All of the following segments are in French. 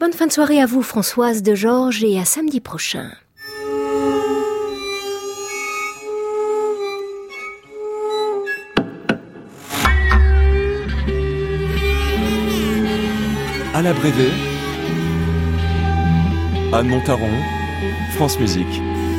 Bonne fin de soirée à vous, Françoise de Georges, et à samedi prochain. Anna Brévé, Anne Montaron, France Musique.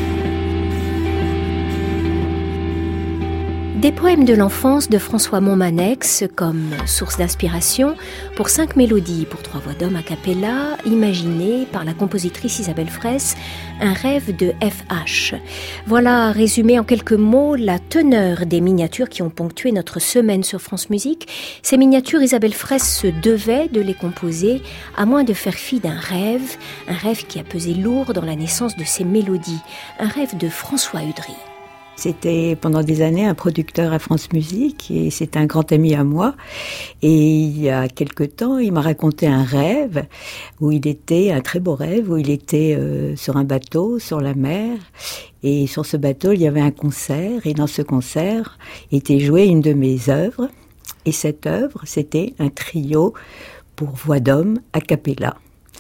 Des poèmes de l'enfance de François Montmanex comme source d'inspiration pour 5 mélodies pour 3 voix d'homme a cappella, imaginées par la compositrice Isabelle Fraisse, un rêve de F.H. Voilà résumé en quelques mots la teneur des miniatures qui ont ponctué notre semaine sur France Musique. Ces miniatures, Isabelle Fraisse se devait de les composer à moins de faire fi d'un rêve, un rêve qui a pesé lourd dans la naissance de ces mélodies, un rêve de François Udry. C'était pendant des années un producteur à France Musique et c'est un grand ami à moi. Et il y a quelque temps, il m'a raconté un rêve où il était, un très beau rêve, où il était sur un bateau, sur la mer. Et sur ce bateau, il y avait un concert et dans ce concert était jouée une de mes œuvres. Et cette œuvre, c'était un trio pour voix d'homme a cappella.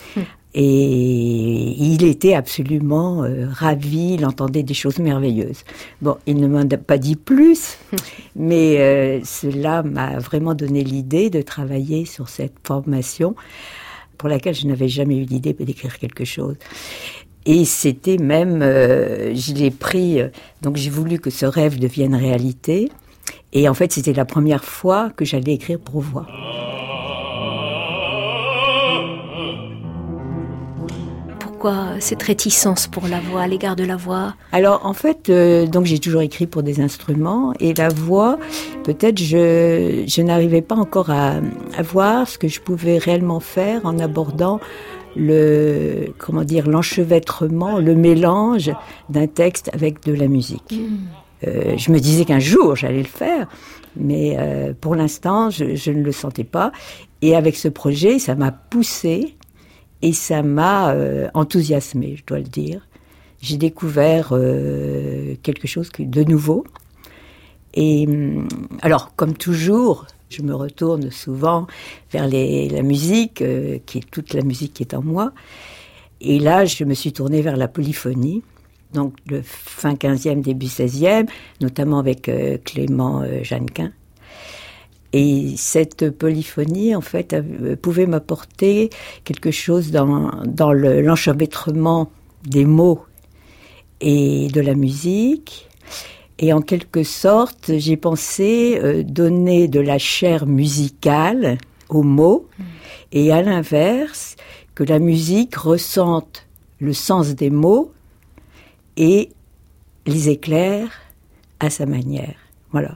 Et il était absolument ravi, il entendait des choses merveilleuses. Bon, il ne m'en a pas dit plus, mais cela m'a vraiment donné l'idée de travailler sur cette formation pour laquelle je n'avais jamais eu l'idée d'écrire quelque chose. Et c'était même, je l'ai pris, donc j'ai voulu que ce rêve devienne réalité. Et en fait, c'était la première fois que j'allais écrire pour voix. Pourquoi cette réticence pour la voix, à l'égard de la voix? Alors en fait, donc j'ai toujours écrit pour des instruments et la voix, peut-être je n'arrivais pas encore à voir ce que je pouvais réellement faire en abordant l'enchevêtrement, le mélange d'un texte avec de la musique. Je me disais qu'un jour j'allais le faire, mais pour l'instant je ne le sentais pas. Et avec ce projet, ça m'a poussée. Et ça m'a enthousiasmée, je dois le dire. J'ai découvert quelque chose de nouveau. Et alors, comme toujours, je me retourne souvent vers la musique, qui est toute la musique qui est en moi. Et là, je me suis tournée vers la polyphonie, donc le fin 15e, début 16e, notamment avec Clément Jeannequin. Et cette polyphonie, en fait, pouvait m'apporter quelque chose dans l'enchevêtrement des mots et de la musique. Et en quelque sorte, j'ai pensé donner de la chair musicale aux mots et à l'inverse, que la musique ressente le sens des mots et les éclaire à sa manière. Voilà.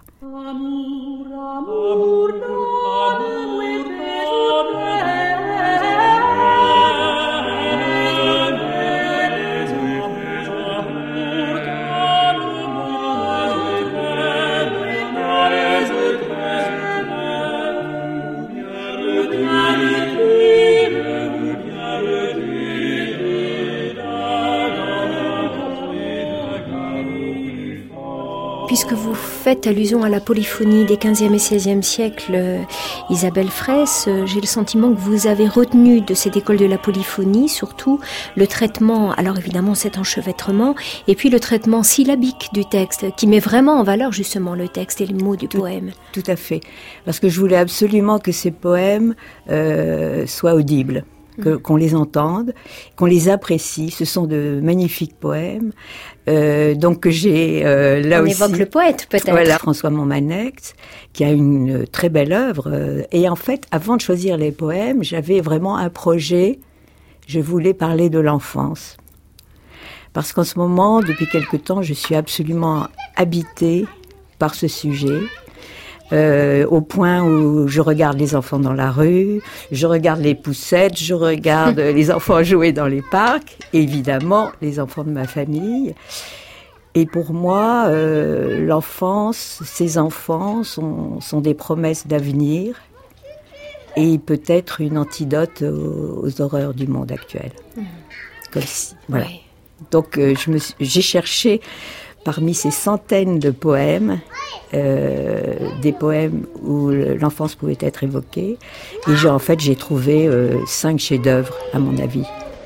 Puisque vous faites allusion à la polyphonie des 15e et 16e siècles, Isabelle Fraisse, j'ai le sentiment que vous avez retenu de cette école de la polyphonie, surtout le traitement, alors évidemment cet enchevêtrement, et puis le traitement syllabique du texte, qui met vraiment en valeur justement le texte et les mots du poème. Tout à fait, parce que je voulais absolument que ces poèmes soient audibles. Qu'on les entende, qu'on les apprécie. Ce sont de magnifiques poèmes. Donc que j'ai là on aussi... On évoque le poète peut-être. Voilà, François Montmanex, qui a une très belle œuvre. Et en fait, avant de choisir les poèmes, j'avais vraiment un projet. Je voulais parler de l'enfance. Parce qu'en ce moment, depuis quelque temps, je suis absolument habitée par ce sujet. Au point où je regarde les enfants dans la rue, je regarde les poussettes, je regarde les enfants jouer dans les parcs, évidemment les enfants de ma famille. Et pour moi, l'enfance, ces enfants sont des promesses d'avenir et peut-être une antidote aux horreurs du monde actuel. Comme si, voilà. Oui. Donc j'ai cherché parmi ces centaines de poèmes, des poèmes où l'enfance pouvait être évoquée. Et j'ai trouvé 5 chefs-d'œuvre, à mon avis.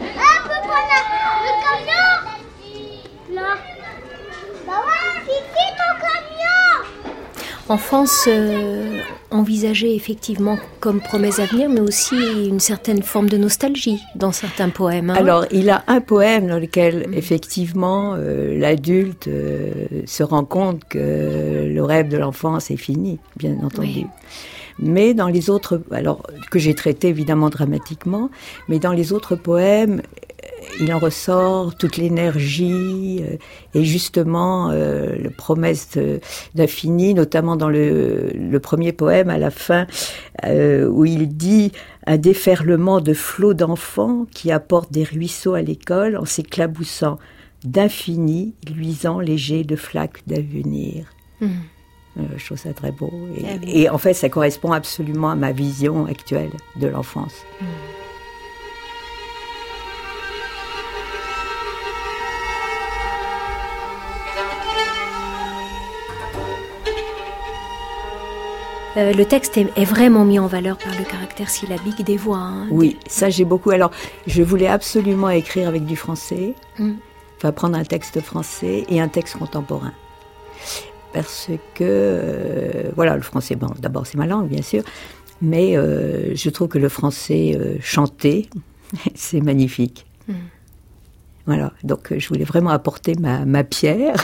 Enfance envisagée effectivement comme promesse à venir, mais aussi une certaine forme de nostalgie dans certains poèmes. Alors, il a un poème dans lequel, effectivement, l'adulte se rend compte que le rêve de l'enfance est fini, bien entendu. Oui. Mais dans les autres, alors que j'ai traité évidemment dramatiquement, mais dans les autres poèmes, il en ressort toute l'énergie et justement la promesse d'infini, notamment dans le premier poème à la fin, où il dit « Un déferlement de flots d'enfants qui apportent des ruisseaux à l'école en s'éclaboussant d'infini, luisant léger de flaques d'avenir ». Je trouve ça très beau. Et en fait, ça correspond absolument à ma vision actuelle de l'enfance. Le texte est vraiment mis en valeur par le caractère syllabique des voix. Oui, ça j'ai beaucoup. Alors, je voulais absolument écrire avec du français, enfin prendre un texte français et un texte contemporain. Parce que, le français, bon, d'abord c'est ma langue, bien sûr, mais je trouve que le français chanté, c'est magnifique. Voilà, donc je voulais vraiment apporter ma pierre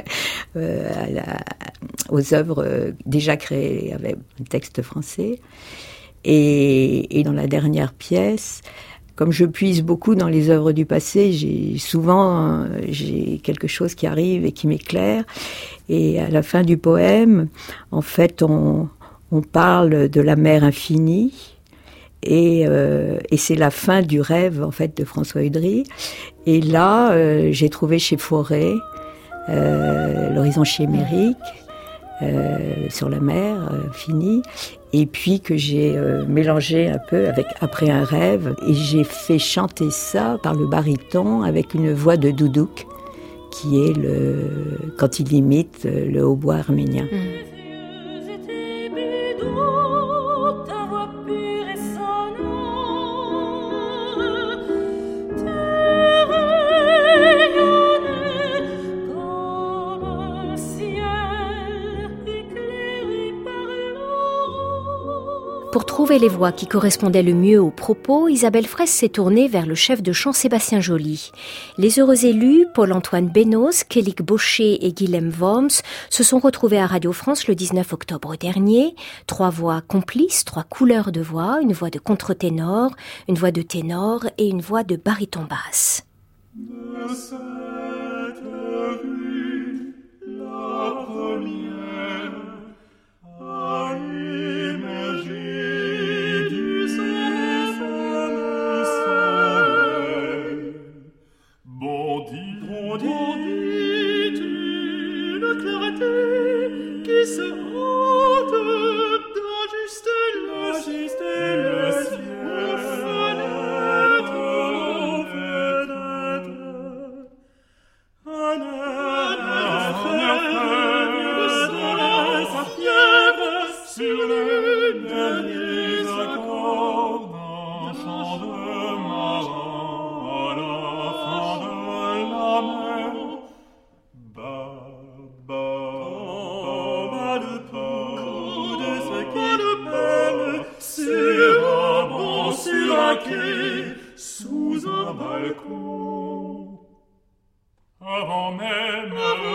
aux œuvres déjà créées avec un texte français. Et dans la dernière pièce, comme je puise beaucoup dans les œuvres du passé, j'ai quelque chose qui arrive et qui m'éclaire. Et à la fin du poème, en fait, on parle de la mer infinie. Et c'est la fin du rêve, en fait, de François Udry. Et là, j'ai trouvé chez Fauré l'horizon chimérique sur la mer finie. Et puis que j'ai mélangé un peu avec Après un rêve. Et j'ai fait chanter ça par le baryton avec une voix de Doudouk, qui est quand il imite le hautbois arménien. Pour trouver les voix qui correspondaient le mieux aux propos, Isabelle Fraisse s'est tournée vers le chef de chant Sébastien Joly. Les heureux élus, Paul-Antoine Bénos, Kélik Baucher et Guilhem Worms, se sont retrouvés à Radio France le 19 octobre dernier. 3 voix complices, 3 couleurs de voix, une voix de contre-ténor, une voix de ténor et une voix de baryton basse. De cette vue, la première a émergé du soleil. Bondit une clarté qui se hante d'un juste le ciel. Sur les derniers accords d'un chant de marin à la fin de la mer. Bas le coup de ce qu'il belle sur un banc, sur un quai, sous un balcon. Avant même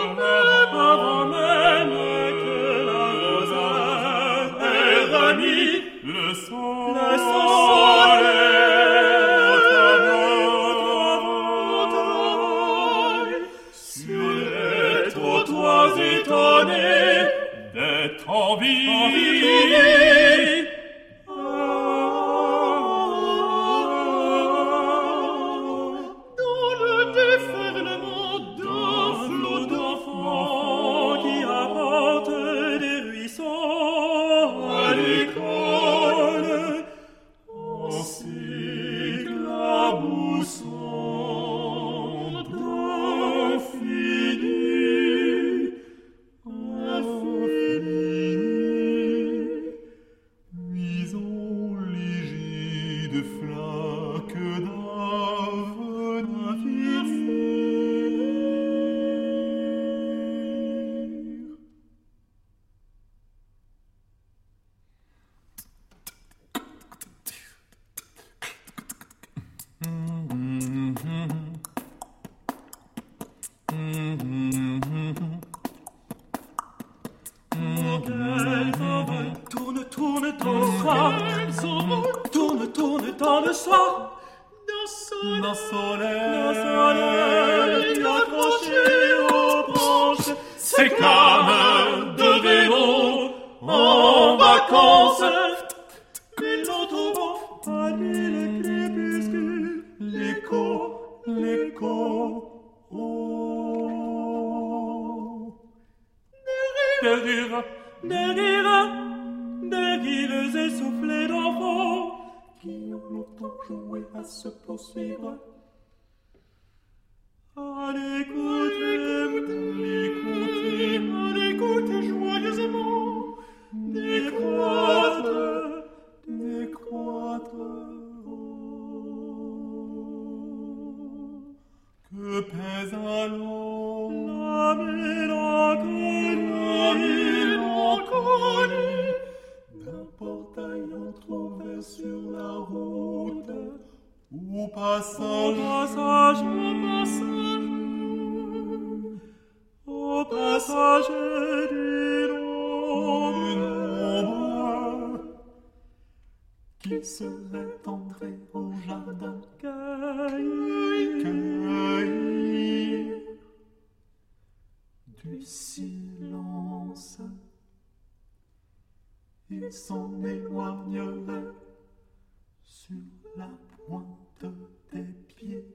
que la rosade ait remis le soleil au travail, sur les trottoirs étonnés d'être en vie. Dans le déferlement d'un flot d'enfants d'un soleil accroché aux branches, s'éclame de vélo en vacances. Et lentement pallie les crépuscules, l'écho, oh. Des rires essoufflés d'enfants qui ont longtemps joué à se poursuivre. À l'écouter joyeusement, décroître, oh. Que pèse alors la mélancolie d'un portail entrouvert sur la route, au passage d'une ombre qui serait entré au jardin cueillir du silence et s'en éloignerait sur la pointe des pieds.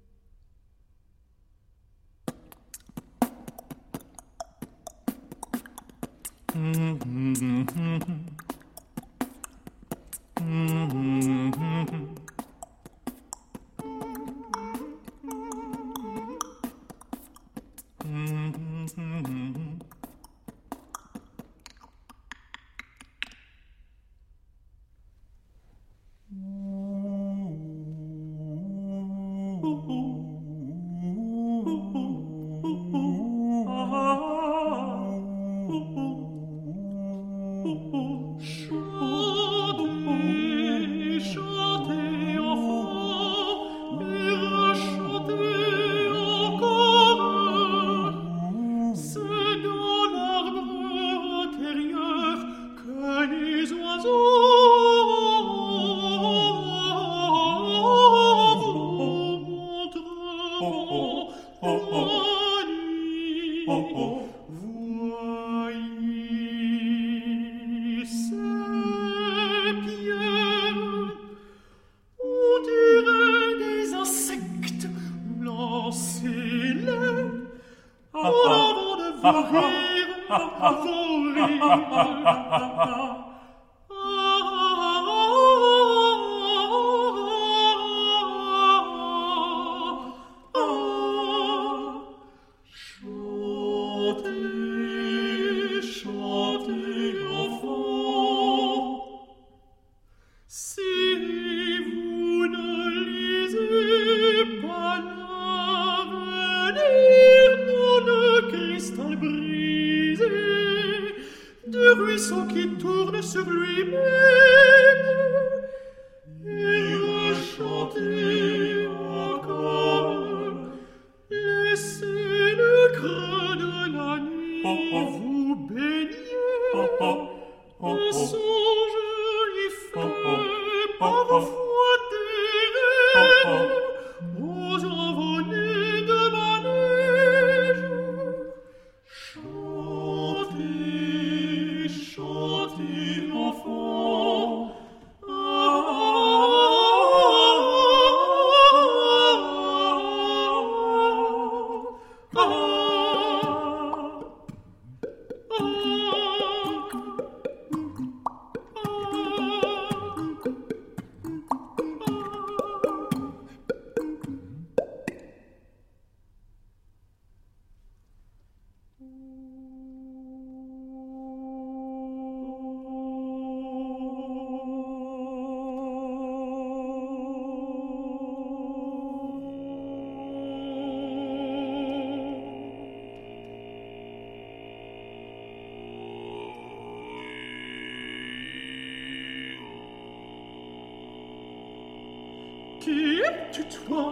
Qui es-tu, toi?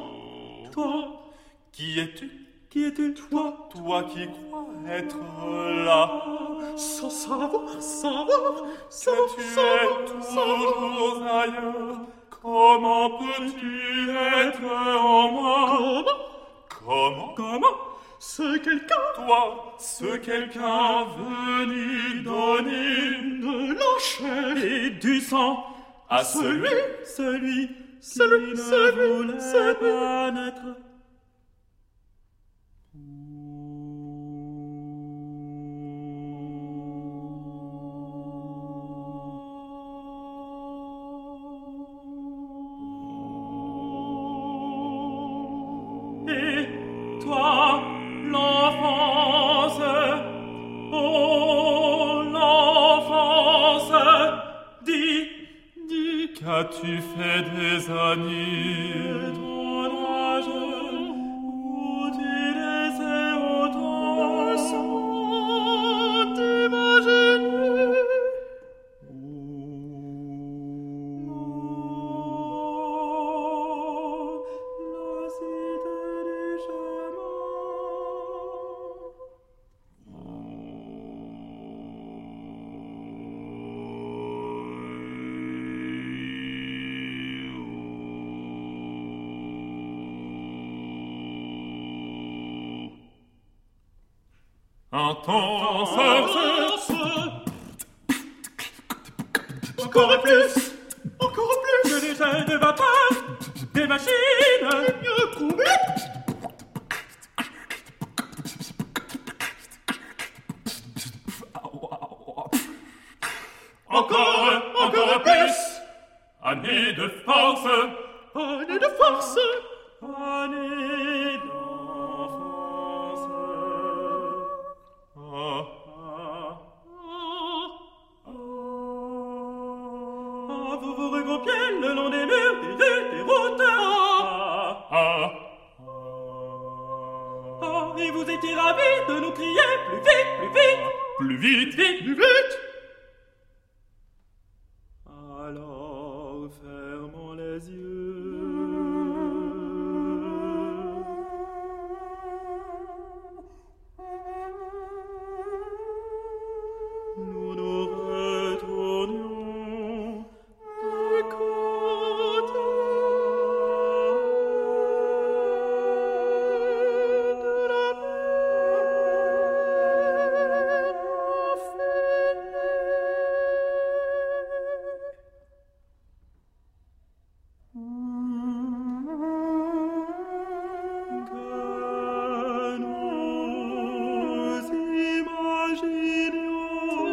Qui es-tu? Toi qui crois être là, sans savoir que tu es toujours ailleurs. Comment peux-tu être naître en moi. Comment ce quelqu'un, toi, ce quelqu'un venu donner de la chair et du sang à celui qui ne voulait pas naître. Et toi, l'enfance, oh l'enfance, dis, qu'as-tu fait des amis, ton âge, où tu laissais autant sans t'imaginer? La cité du chemin. Entends ce encore plus que les jets de vapeur des machines mieux courbées. Encore plus, année de force, année d'enfance. Vous vous regroupiez le long des murs, des routes. Et vous étiez ravis de nous crier plus vite, plus vite, plus vite. Alors fermons les yeux. Nous nous retournions du côté de la mer infinie. Que nous imaginions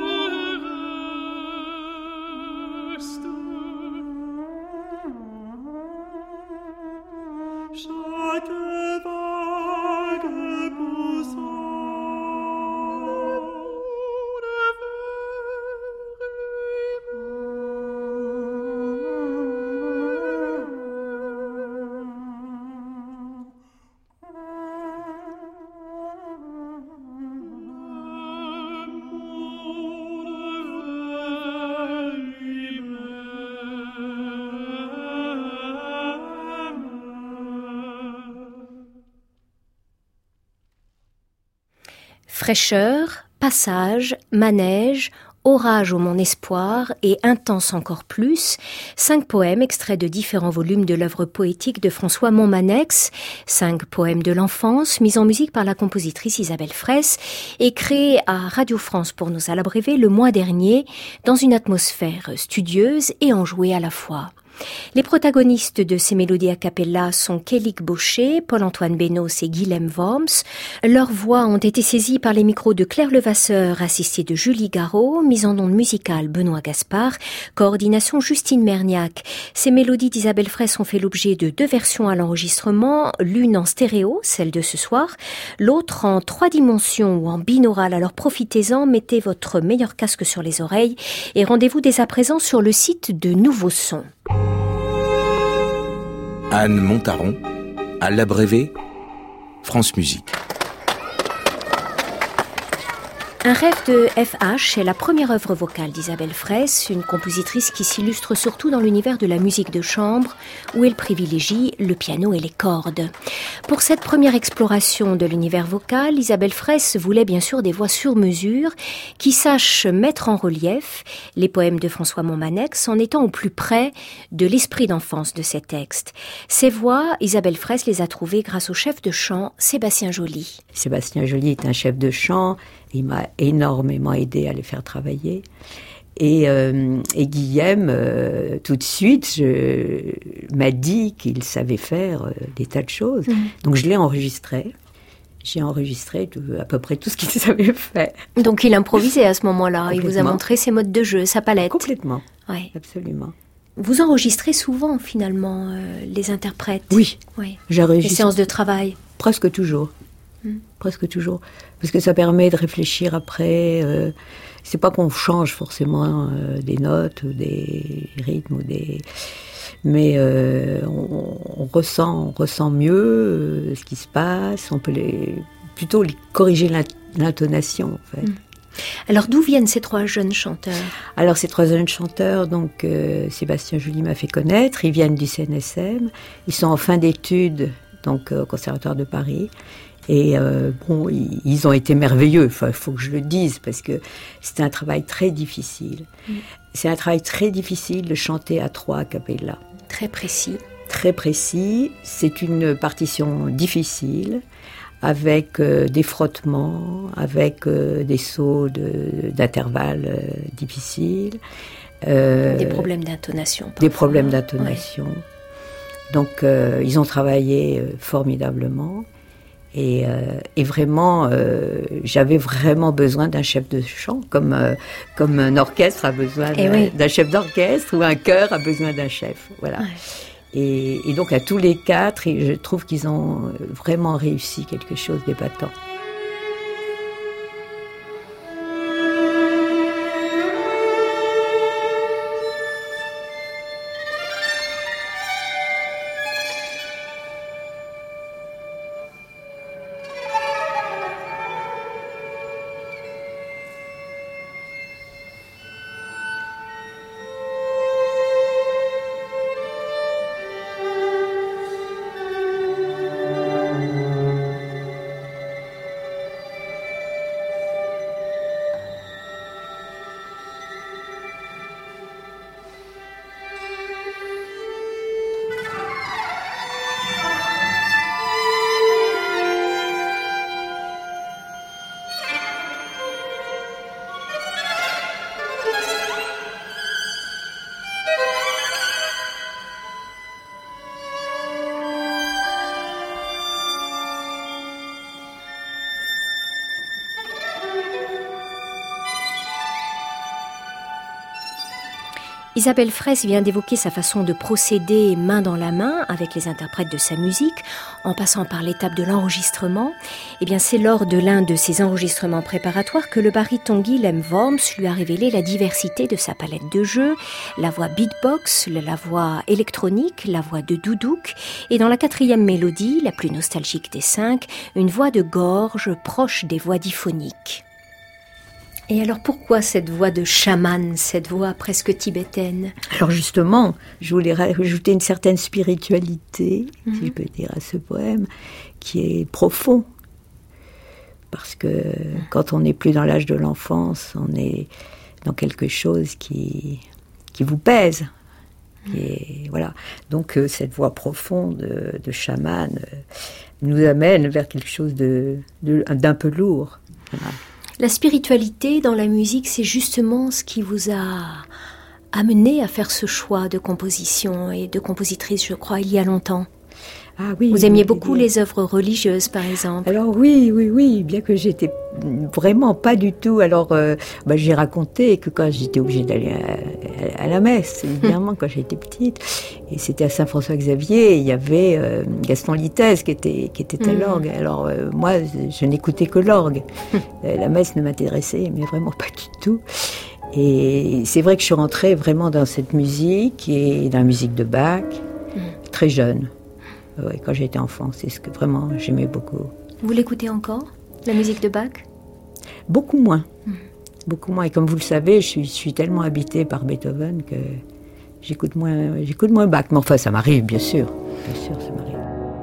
chaque vague Fraîcheur, passage, manège, orage au mon espoir et intense encore plus, 5 poèmes extraits de différents volumes de l'œuvre poétique de François Montmanex, 5 poèmes de l'enfance, mis en musique par la compositrice Isabelle Fraisse et créés à Radio France pour nos à l'abrévé le mois dernier, dans une atmosphère studieuse et enjouée à la fois. Les protagonistes de ces mélodies a cappella sont Kélik Baucher, Paul-Antoine Bénos et Guilhem Worms. Leurs voix ont été saisies par les micros de Claire Levasseur, assistée de Julie Garot, mise en onde musicale Benoît Gaspard, coordination Justine Merniac. Ces mélodies d'Isabelle Fraisse ont fait l'objet de 2 versions à l'enregistrement, l'une en stéréo, celle de ce soir, l'autre en 3 dimensions ou en binaural. Alors profitez-en, mettez votre meilleur casque sur les oreilles et rendez-vous dès à présent sur le site de Nouveaux Sons. Anne Montaron, à l'abrévé, France Musique. Un rêve de F.H. est la première œuvre vocale d'Isabelle Fraisse, une compositrice qui s'illustre surtout dans l'univers de la musique de chambre, où elle privilégie le piano et les cordes. Pour cette première exploration de l'univers vocal, Isabelle Fraisse voulait bien sûr des voix sur mesure qui sachent mettre en relief les poèmes de François Montmanex en étant au plus près de l'esprit d'enfance de ces textes. Ces voix, Isabelle Fraisse les a trouvées grâce au chef de chant Sébastien Joly. Sébastien Joly est un chef de chant. Il m'a énormément aidé à les faire travailler. Et Guillaume, tout de suite, m'a dit qu'il savait faire des tas de choses. Donc je l'ai enregistré. J'ai enregistré à peu près tout ce qu'il savait faire. Donc il improvisait à ce moment-là. Il vous a montré ses modes de jeu, sa palette. Complètement. Ouais. Absolument. Vous enregistrez souvent, finalement, les interprètes. Oui. Les séances de travail. Presque toujours. Presque toujours. Parce que ça permet de réfléchir après. C'est pas qu'on change forcément des notes ou des rythmes ou des... Mais on ressent mieux ce qui se passe. On peut plutôt corriger l'intonation, en fait. Alors d'où viennent ces trois jeunes chanteurs ? Alors ces trois jeunes chanteurs, donc Sébastien Joly m'a fait connaître. Ils viennent du CNSM. Ils sont en fin d'études, donc au Conservatoire de Paris. Et ils ont été merveilleux, il faut que je le dise, parce que c'était un travail très difficile. C'est un travail très difficile de chanter à trois a cappella. Très précis. Très précis. C'est une partition difficile, avec des frottements, avec des sauts d'intervalles difficiles. Des problèmes d'intonation. Parfois. Des problèmes d'intonation. Ouais. Donc, ils ont travaillé formidablement. Et vraiment, j'avais vraiment besoin d'un chef de chant, comme un orchestre a besoin d'un chef d'orchestre, ou un chœur a besoin d'un chef. Voilà. Ouais. Et donc, à tous les quatre, je trouve qu'ils ont vraiment réussi quelque chose d'épatant. Isabelle Fraisse vient d'évoquer sa façon de procéder main dans la main avec les interprètes de sa musique, en passant par l'étape de l'enregistrement. Eh bien, c'est lors de l'un de ces enregistrements préparatoires que le baryton Guilhem Worms lui a révélé la diversité de sa palette de jeux, la voix beatbox, la voix électronique, la voix de doudouk, et dans la quatrième mélodie, la plus nostalgique des 5, une voix de gorge proche des voix diphoniques. Et alors pourquoi cette voix de chaman, cette voix presque tibétaine ? Alors justement, je voulais rajouter une certaine spiritualité, si je peux dire, à ce poème, qui est profond. Parce que quand on n'est plus dans l'âge de l'enfance, on est dans quelque chose qui vous pèse. Et voilà. Donc cette voix profonde de chaman nous amène vers quelque chose d'un peu lourd. Voilà. La spiritualité dans la musique, c'est justement ce qui vous a amené à faire ce choix de composition et de compositrice, je crois, il y a longtemps. Ah oui. Vous aimiez beaucoup les œuvres religieuses, par exemple. Alors oui, bien que j'étais vraiment pas du tout. Alors, j'ai raconté que quand j'étais obligée d'aller à la messe, évidemment, quand j'étais petite, et c'était à Saint-François-Xavier, il y avait Gaston Littès qui était à l'orgue. Alors moi, je n'écoutais que l'orgue. La messe ne m'intéressait, mais vraiment pas du tout. Et c'est vrai que je suis rentrée vraiment dans cette musique, et dans la musique de Bach, très jeune. Ouais, quand j'étais enfant, c'est ce que vraiment j'aimais beaucoup. Vous l'écoutez encore, la musique de Bach ? Beaucoup moins. Beaucoup moins. Et comme vous le savez, je suis tellement habitée par Beethoven que j'écoute moins Bach. Mais enfin, ça m'arrive, bien sûr. Bien sûr, ça m'arrive.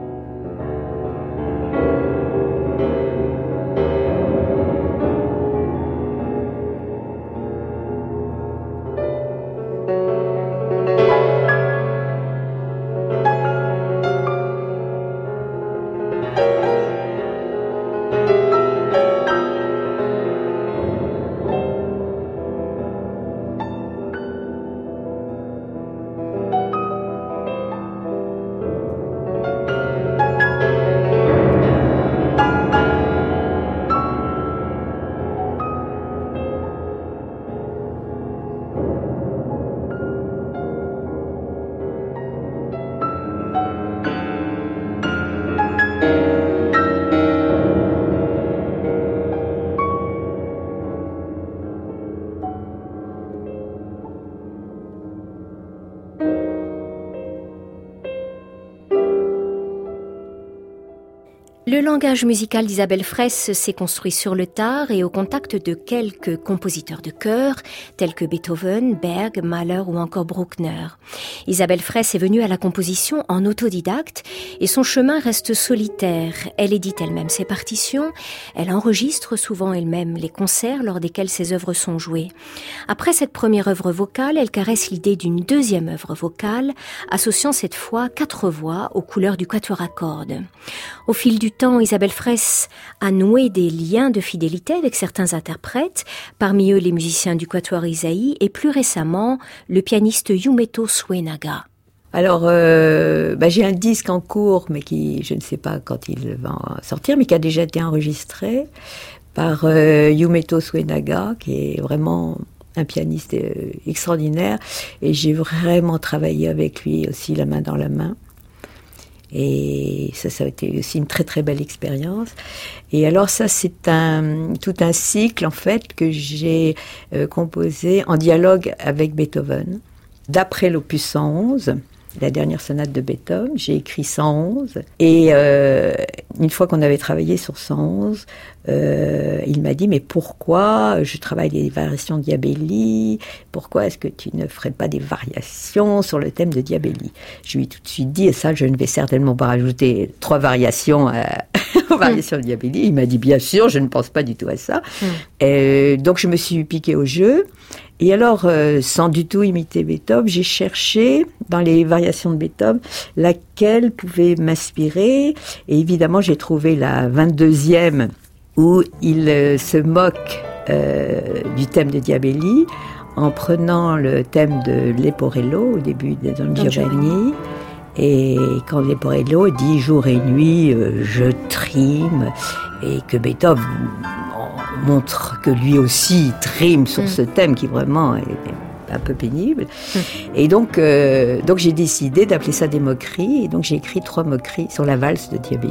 Le langage musical d'Isabelle Fraisse s'est construit sur le tard et au contact de quelques compositeurs de chœur, tels que Beethoven, Berg, Mahler ou encore Bruckner. Isabelle Fraisse est venue à la composition en autodidacte et son chemin reste solitaire. Elle édite elle-même ses partitions, elle enregistre souvent elle-même les concerts lors desquels ses œuvres sont jouées. Après cette première œuvre vocale, elle caresse l'idée d'une deuxième œuvre vocale, associant cette fois 4 voix aux couleurs du quatuor à cordes. Au fil du temps, Isabelle Fraisse a noué des liens de fidélité avec certains interprètes, parmi eux les musiciens du quatuor Isaïe et plus récemment le pianiste Yumeto Suenaga. Alors, j'ai un disque en cours, mais qui, je ne sais pas quand il va sortir, mais qui a déjà été enregistré par Yumeto Suenaga, qui est vraiment un pianiste extraordinaire, et j'ai vraiment travaillé avec lui aussi la main dans la main. Et ça a été aussi une très très belle expérience. Et alors ça, c'est tout un cycle en fait que j'ai composé en dialogue avec Beethoven. D'après l'opus 111, la dernière sonate de Beethoven, j'ai écrit 111. Et une fois qu'on avait travaillé sur 111, il m'a dit, mais pourquoi je travaille les variations de Diabelli, pourquoi est-ce que tu ne ferais pas des variations sur le thème de Diabelli? Je lui ai tout de suite dit, et ça je ne vais certainement pas rajouter 3 variations aux variations de Diabelli. Il m'a dit, bien sûr, je ne pense pas du tout à ça. Donc je me suis piquée au jeu. Et alors, sans du tout imiter Beethoven, j'ai cherché dans les variations de Beethoven laquelle pouvait m'inspirer. Et évidemment, j'ai trouvé la 22e où il se moque du thème de Diabelli en prenant le thème de Leporello au début de Don Giovanni. Et quand Leporello dit jour et nuit, je trime, et que Beethoven montre que lui aussi trime sur ce thème qui vraiment est un peu pénible. Et donc j'ai décidé d'appeler ça des moqueries, et donc j'ai écrit 3 moqueries sur la valse de Diabelli.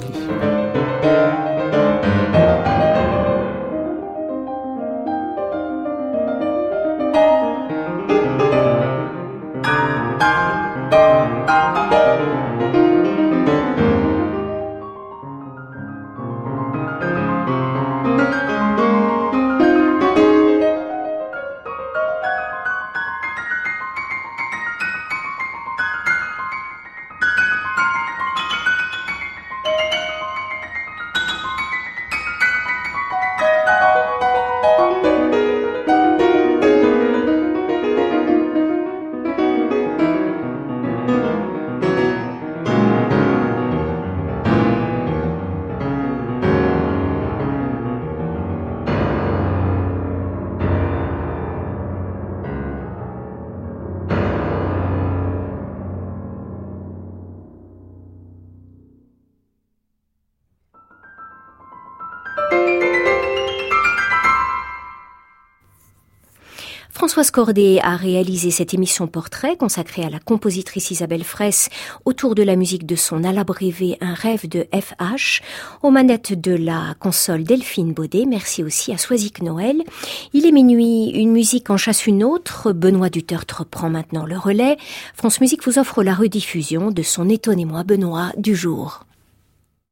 Françoise Corday a réalisé cette émission portrait consacrée à la compositrice Isabelle Fraisse autour de la musique de son Alabrévé, un rêve de FH, aux manettes de la console Delphine Baudet. Merci aussi à Soisic Noël. Il est minuit, une musique en chasse une autre. Benoît Dutertre reprend maintenant le relais. France Musique vous offre la rediffusion de son Étonnez-moi Benoît du jour.